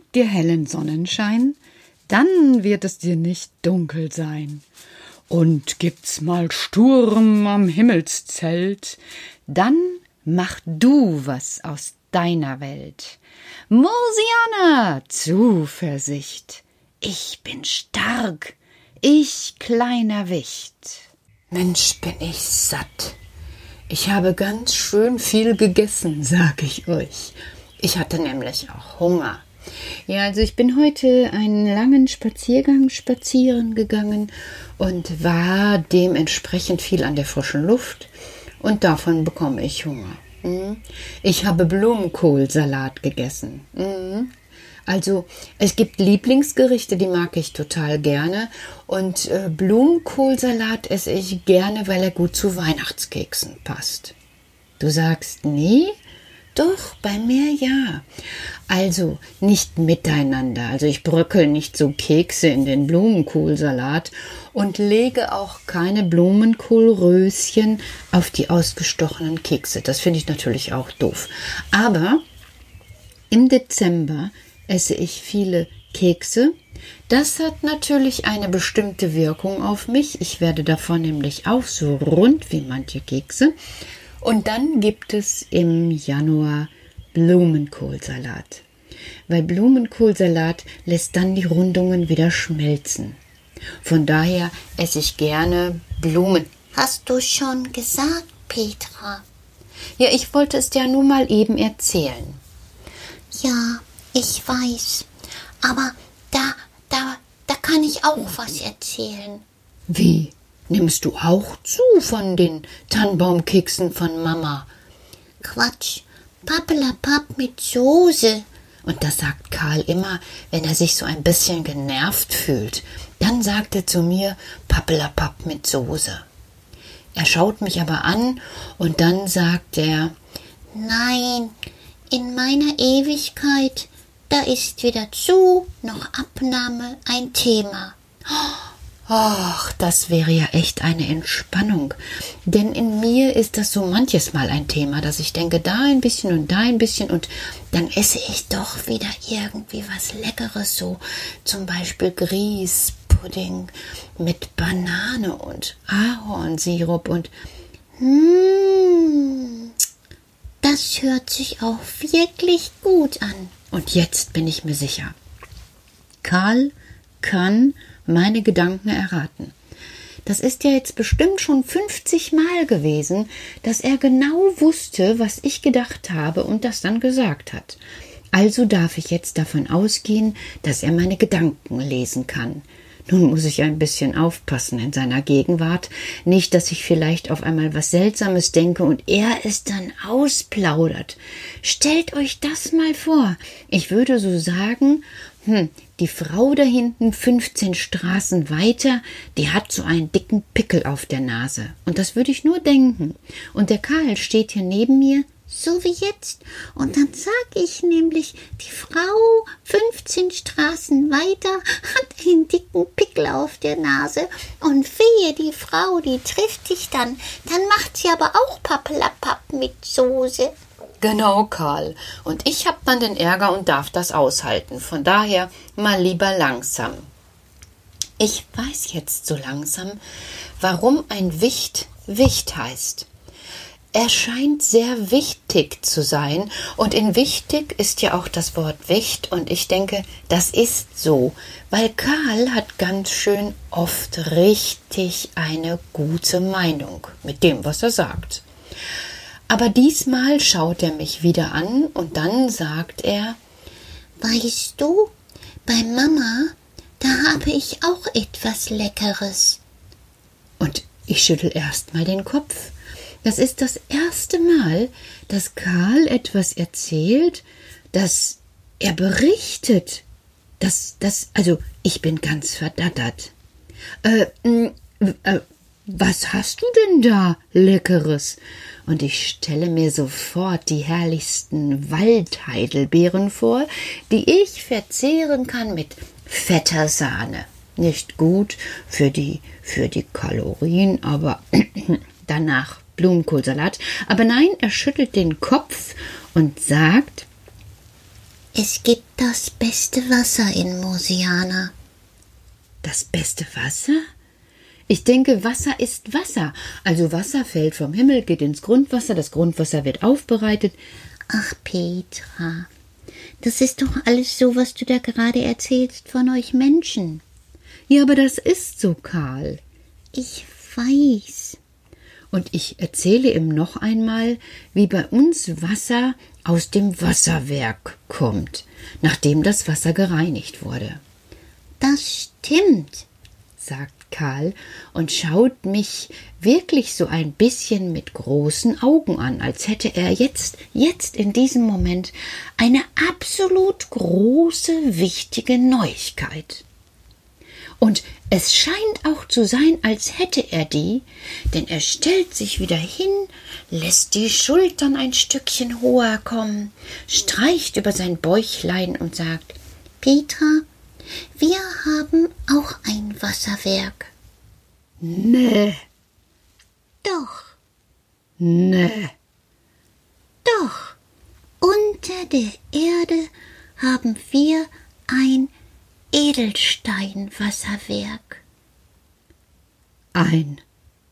dir hellen Sonnenschein, dann wird es dir nicht dunkel sein. Und gibt's mal Sturm am Himmelszelt, dann mach du was aus deiner Welt. Mursiana, Zuversicht, ich bin stark, ich kleiner Wicht. Mensch, bin ich satt. Ich habe ganz schön viel gegessen, sag ich euch. Ich hatte nämlich auch Hunger. Ja, also ich bin heute einen langen Spaziergang spazieren gegangen und war dementsprechend viel an der frischen Luft und davon bekomme ich Hunger. Ich habe Blumenkohlsalat gegessen. Also es gibt Lieblingsgerichte, die mag ich total gerne und Blumenkohlsalat esse ich gerne, weil er gut zu Weihnachtskeksen passt. Du sagst, nee? Doch, bei mir ja. Also nicht miteinander. Also ich bröckel nicht so Kekse in den Blumenkohlsalat und lege auch keine Blumenkohlröschen auf die ausgestochenen Kekse. Das finde ich natürlich auch doof. Aber im Dezember esse ich viele Kekse. Das hat natürlich eine bestimmte Wirkung auf mich. Ich werde davon nämlich auch so rund wie manche Kekse. Und dann gibt es im Januar Blumenkohlsalat, weil Blumenkohlsalat lässt dann die Rundungen wieder schmelzen. Von daher esse ich gerne Blumen. Hast du schon gesagt, Petra? Ja, ich wollte es dir nur mal eben erzählen. Ja, ich weiß, aber da kann ich auch was erzählen. Wie? Nimmst du auch zu von den Tannenbaumkeksen von Mama? Quatsch, Pappelapapp mit Soße. Und das sagt Karl immer, wenn er sich so ein bisschen genervt fühlt. Dann sagt er zu mir, Pappelapapp mit Soße. Er schaut mich aber an und dann sagt er, nein, in meiner Ewigkeit, da ist weder Zu- noch Abnahme ein Thema. Ach, das wäre ja echt eine Entspannung, denn in mir ist das so manches Mal ein Thema, dass ich denke, da ein bisschen und da ein bisschen und dann esse ich doch wieder irgendwie was Leckeres, so zum Beispiel Grießpudding mit Banane und Ahornsirup und das hört sich auch wirklich gut an. Und jetzt bin ich mir sicher, Karl kann meine Gedanken erraten. Das ist ja jetzt bestimmt schon 50 Mal gewesen, dass er genau wusste, was ich gedacht habe und das dann gesagt hat. Also darf ich jetzt davon ausgehen, dass er meine Gedanken lesen kann. Nun muss ich ein bisschen aufpassen in seiner Gegenwart, nicht, dass ich vielleicht auf einmal was Seltsames denke und er es dann ausplaudert. Stellt euch das mal vor. Ich würde so sagen, die Frau da hinten 15 Straßen weiter, die hat so einen dicken Pickel auf der Nase. Und das würde ich nur denken. Und der Karl steht hier neben mir, so wie jetzt. Und dann sag ich nämlich, die Frau 15 Straßen weiter hat einen dicken Pickel auf der Nase. Und wehe, die Frau, die trifft dich dann macht sie aber auch Pappelapapp mit Soße. Genau, Karl. Und ich hab dann den Ärger und darf das aushalten. Von daher mal lieber langsam. Ich weiß jetzt so langsam, warum ein Wicht Wicht heißt. Er scheint sehr wichtig zu sein und in wichtig ist ja auch das Wort Wicht und ich denke, das ist so, weil Karl hat ganz schön oft richtig eine gute Meinung mit dem, was er sagt. Aber diesmal schaut er mich wieder an und dann sagt er, weißt du, bei Mama, da habe ich auch etwas Leckeres. Und ich schüttel erst mal den Kopf. Das ist das erste Mal, dass Karl etwas erzählt, dass er berichtet. Also ich bin ganz verdattert. Was hast du denn da Leckeres? Und ich stelle mir sofort die herrlichsten Waldheidelbeeren vor, die ich verzehren kann mit fetter Sahne. Nicht gut für die Kalorien, aber danach Blumenkohlsalat. Aber nein, er schüttelt den Kopf und sagt, Es gibt das beste Wasser in Mosiana. Das beste Wasser? Ich denke, Wasser ist Wasser. Also Wasser fällt vom Himmel, geht ins Grundwasser, das Grundwasser wird aufbereitet. Ach, Petra, das ist doch alles so, was du da gerade erzählst von euch Menschen. Ja, aber das ist so, Karl. Ich weiß. Und ich erzähle ihm noch einmal, wie bei uns Wasser aus dem Wasserwerk kommt, nachdem das Wasser gereinigt wurde. Das stimmt, sagt Karl und schaut mich wirklich so ein bisschen mit großen Augen an, als hätte er jetzt in diesem Moment eine absolut große, wichtige Neuigkeit. Und es scheint auch zu sein, als hätte er die, denn er stellt sich wieder hin, lässt die Schultern ein Stückchen höher kommen, streicht über sein Bäuchlein und sagt: Petra, wir haben auch ein Wasserwerk. Nee. Doch. Nee. Doch. Unter der Erde haben wir ein Edelsteinwasserwerk. Ein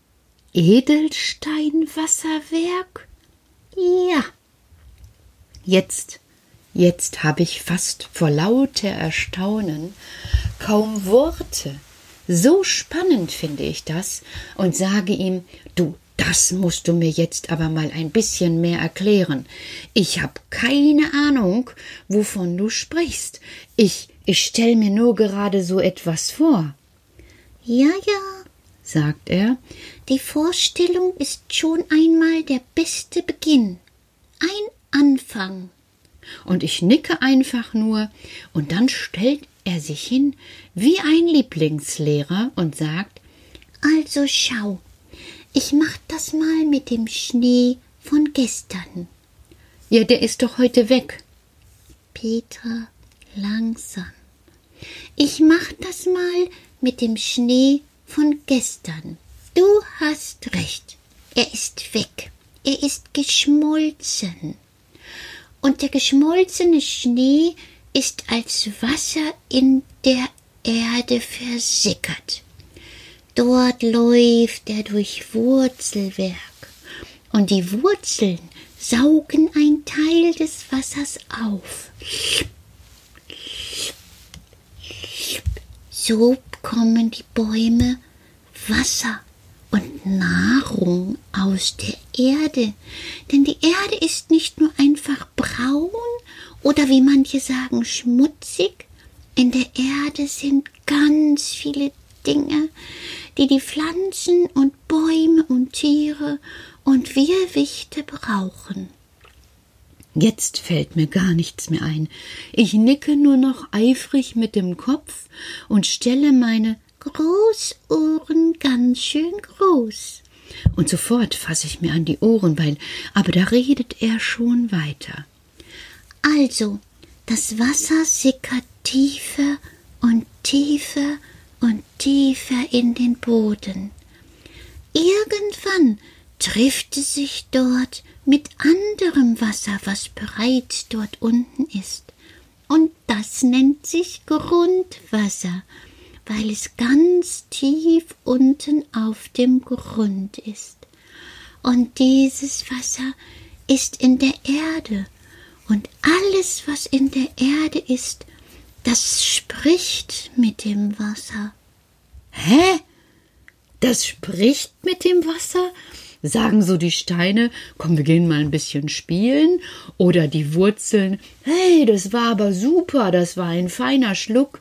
Edelsteinwasserwerk? Ja. Jetzt habe ich fast vor lauter Erstaunen kaum Worte. So spannend finde ich das und sage ihm: Du, das musst du mir jetzt aber mal ein bisschen mehr erklären. Ich habe keine Ahnung, wovon du sprichst. Ich stell mir nur gerade so etwas vor. Ja, sagt er. Die Vorstellung ist schon einmal der beste Beginn. Ein Anfang. Und ich nicke einfach nur, und dann stellt er sich hin wie ein Lieblingslehrer und sagt: Also schau, ich mach das mal mit dem Schnee von gestern. Ja, der ist doch heute weg. Petra, langsam. Ich mach das mal mit dem Schnee von gestern. Du hast recht, er ist weg, er ist geschmolzen. Und der geschmolzene Schnee ist als Wasser in der Erde versickert. Dort läuft er durch Wurzelwerk, und die Wurzeln saugen ein Teil des Wassers auf. So bekommen die Bäume Wasser und Nahrung aus der Erde, denn die Erde ist nicht nur einfach braun oder, wie manche sagen, schmutzig. In der Erde sind ganz viele Dinge, die die Pflanzen und Bäume und Tiere und wir Wichte brauchen. Jetzt fällt mir gar nichts mehr ein. Ich nicke nur noch eifrig mit dem Kopf und stelle meine Großohren ganz schön groß. Und sofort fasse ich mir an die Ohren, aber da redet er schon weiter. Also, das Wasser sickert tiefer und tiefer und tiefer in den Boden. Irgendwann trifft es sich dort mit anderem Wasser, was bereits dort unten ist. Und das nennt sich Grundwasser, weil es ganz tief unten auf dem Grund ist. Und dieses Wasser ist in der Erde. Und alles, was in der Erde ist, das spricht mit dem Wasser. Hä? Das spricht mit dem Wasser? Sagen so die Steine: Komm, wir gehen mal ein bisschen spielen? Oder die Wurzeln: Hey, das war aber super, das war ein feiner Schluck.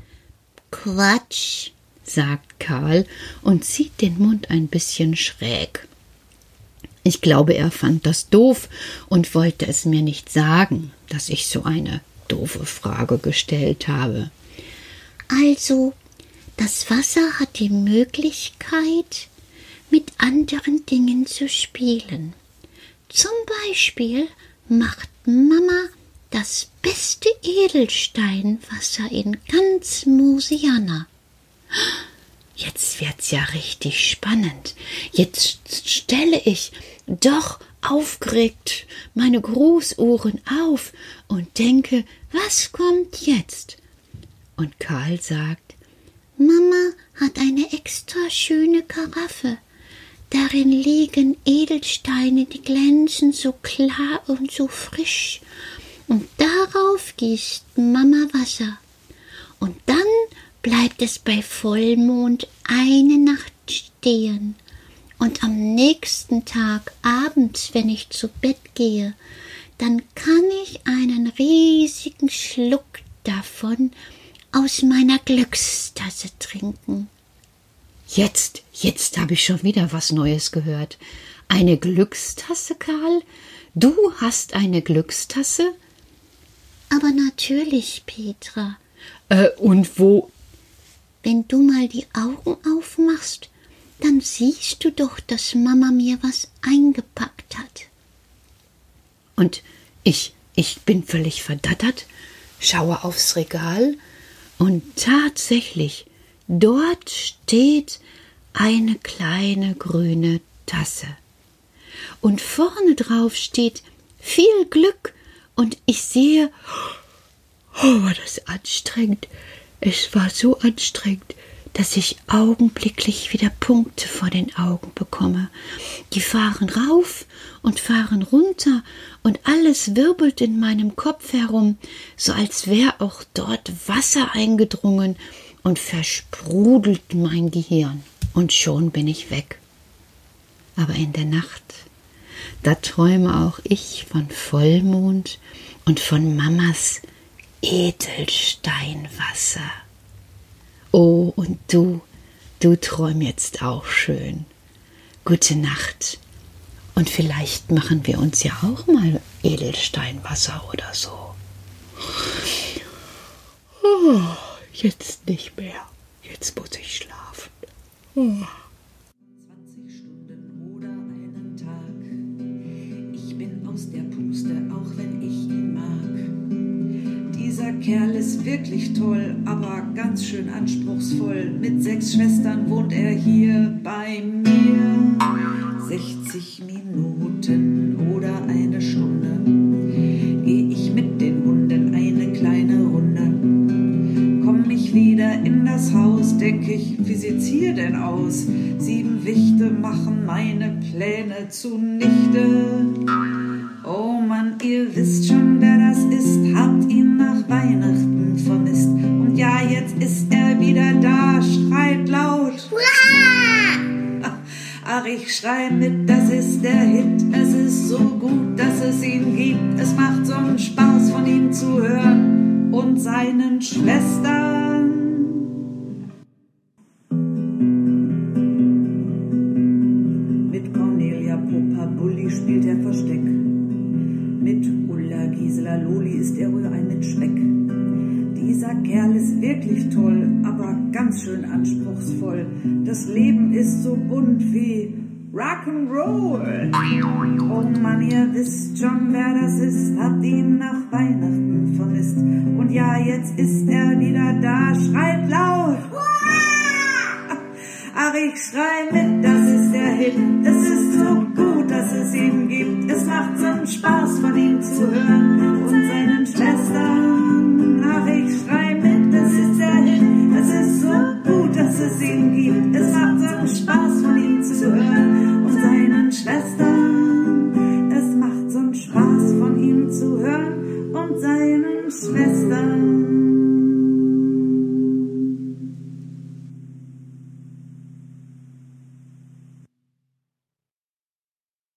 Quatsch, sagt Karl und zieht den Mund ein bisschen schräg. Ich glaube, er fand das doof und wollte es mir nicht sagen, dass ich so eine doofe Frage gestellt habe. Also, das Wasser hat die Möglichkeit, mit anderen Dingen zu spielen. Zum Beispiel macht Mama das beste Edelsteinwasser in ganz Mosiana. Jetzt wird's ja richtig spannend. Jetzt stelle ich doch aufgeregt meine Großohren auf und denke, was kommt jetzt? Und Karl sagt, Mama hat eine extra schöne Karaffe. Darin liegen Edelsteine, die glänzen so klar und so frisch. Und darauf gießt Mama Wasser. Und dann bleibt es bei Vollmond eine Nacht stehen. Und am nächsten Tag abends, wenn ich zu Bett gehe, dann kann ich einen riesigen Schluck davon aus meiner Glückstasse trinken. Jetzt habe ich schon wieder was Neues gehört. Eine Glückstasse, Karl? Du hast eine Glückstasse? Aber natürlich, Petra. Und wo? Wenn du mal die Augen aufmachst, dann siehst du doch, dass Mama mir was eingepackt hat. Und ich bin völlig verdattert, schaue aufs Regal und tatsächlich, dort steht eine kleine grüne Tasse. Und vorne drauf steht viel Glück und ich sehe, oh, war das anstrengend. Es war so anstrengend, dass ich augenblicklich wieder Punkte vor den Augen bekomme. Die fahren rauf und fahren runter und alles wirbelt in meinem Kopf herum, so als wäre auch dort Wasser eingedrungen und versprudelt mein Gehirn. Und schon bin ich weg. Aber in der Nacht, da träume auch ich von Vollmond und von Mamas Edelsteinwasser. Oh, und du träum jetzt auch schön. Gute Nacht. Und vielleicht machen wir uns ja auch mal Edelsteinwasser oder so. Oh, jetzt nicht mehr. Jetzt muss ich schlafen. Oh. 20 Stunden oder einen Tag. Ich bin aus der Puste, auch wenn ich ihn mag. Dieser Kerl ist wirklich toll, aber ganz schön anspruchsvoll. Mit 6 Schwestern wohnt er hier bei mir. 60 Minuten oder eine Stunde gehe ich mit den Hunden eine kleine Runde. Komm ich wieder in das Haus, denk ich, wie sieht's hier denn aus? 7 Wichte machen meine Pläne zunichte. Oh Mann, ihr wisst schon, wer das ist, habt ihn nach Weihnachten vermisst. Und ja, jetzt ist er wieder da, schreit laut. Ach, ich schrei mit, das ist der Hit. Es ist so gut, dass es ihn gibt. Es macht so einen Spaß, von ihm zu hören und seinen Schwestern. Mit Cornelia Popa Bulli spielt er Versteck. Mit Ulla Gisela Loli ist er Rührei mit Speck. Dieser Kerl ist wirklich toll, aber ganz schön anspruchsvoll. Das Leben ist so bunt wie Rock'n'Roll. Oh Mann, ihr wisst schon, wer das ist, habt ihn nach Weihnachten vermisst. Und ja, jetzt ist er wieder da, schreit laut. Ach, ich schrei mit, das ist der Hit. Es ist so gut, dass es ihn gibt. Es macht so einen Spaß, von ihm zu hören und seinen Schwestern.